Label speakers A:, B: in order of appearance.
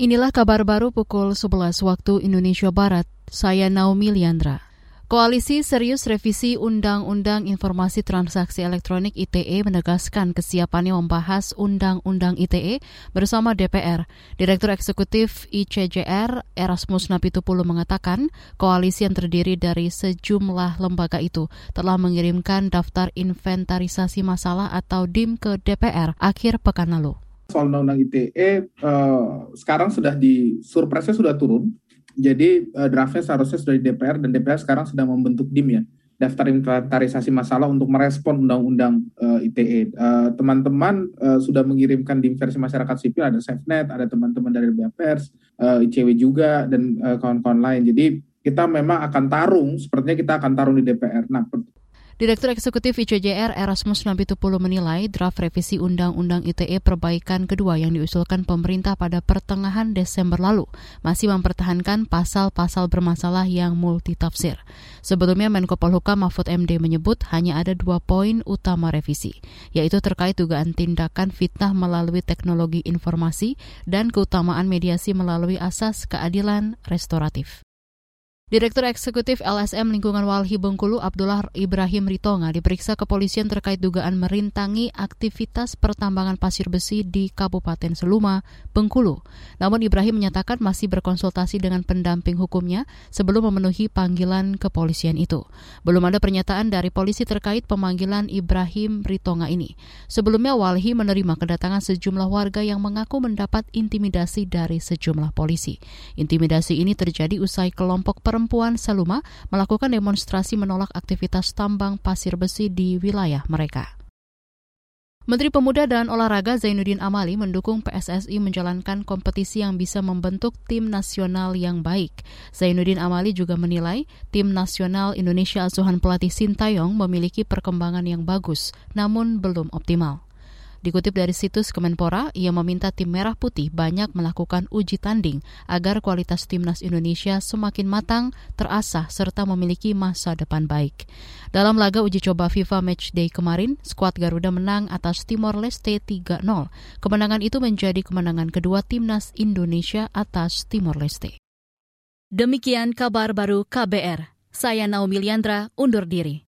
A: Inilah kabar baru pukul 11 waktu Indonesia Barat. Saya Naomi Liandra. Koalisi Serius Revisi Undang-Undang Informasi Transaksi Elektronik ITE menegaskan kesiapannya membahas Undang-Undang ITE bersama DPR. Direktur Eksekutif ICJR Erasmus Napitupulu mengatakan koalisi yang terdiri dari sejumlah lembaga itu telah mengirimkan daftar inventarisasi masalah atau DIM ke DPR akhir pekan lalu.
B: Soal undang-undang ITE sekarang surpresnya sudah turun. Jadi draftnya seharusnya sudah di DPR dan DPR sekarang sedang membentuk DIM ya, daftar inventarisasi masalah untuk merespon undang-undang ITE. Teman-teman sudah mengirimkan DIM versi masyarakat sipil, ada SafeNet, ada teman-teman dari BPers, ICW juga dan kawan-kawan lain. Jadi kita memang akan sepertinya kita akan tarung di DPR. Nah,
A: Direktur Eksekutif ICJR Erasmus Napitupulu menilai draft revisi Undang-Undang ITE perbaikan kedua yang diusulkan pemerintah pada pertengahan Desember lalu masih mempertahankan pasal-pasal bermasalah yang multitafsir. Sebelumnya Menko Polhukam Mahfud MD menyebut hanya ada 2 poin utama revisi, yaitu terkait dugaan tindakan fitnah melalui teknologi informasi dan keutamaan mediasi melalui asas keadilan restoratif. Direktur Eksekutif LSM Lingkungan Walhi Bengkulu Abdullah Ibrahim Ritonga diperiksa kepolisian terkait dugaan merintangi aktivitas pertambangan pasir besi di Kabupaten Seluma, Bengkulu. Namun Ibrahim menyatakan masih berkonsultasi dengan pendamping hukumnya sebelum memenuhi panggilan kepolisian itu. Belum ada pernyataan dari polisi terkait pemanggilan Ibrahim Ritonga ini. Sebelumnya Walhi menerima kedatangan sejumlah warga yang mengaku mendapat intimidasi dari sejumlah polisi. Intimidasi ini terjadi usai kelompok perempuan Seluma melakukan demonstrasi menolak aktivitas tambang pasir besi di wilayah mereka. Menteri Pemuda dan Olahraga Zainuddin Amali mendukung PSSI menjalankan kompetisi yang bisa membentuk tim nasional yang baik. Zainuddin Amali juga menilai tim nasional Indonesia asuhan pelatih Sintayong memiliki perkembangan yang bagus, namun belum optimal. Dikutip dari situs Kemenpora, ia meminta tim Merah Putih banyak melakukan uji tanding agar kualitas timnas Indonesia semakin matang, terasah, serta memiliki masa depan baik. Dalam laga uji coba FIFA Matchday kemarin, skuad Garuda menang atas Timor Leste 3-0. Kemenangan itu menjadi kemenangan kedua timnas Indonesia atas Timor Leste. Demikian kabar baru KBR. Saya Naomi Liandra, undur diri.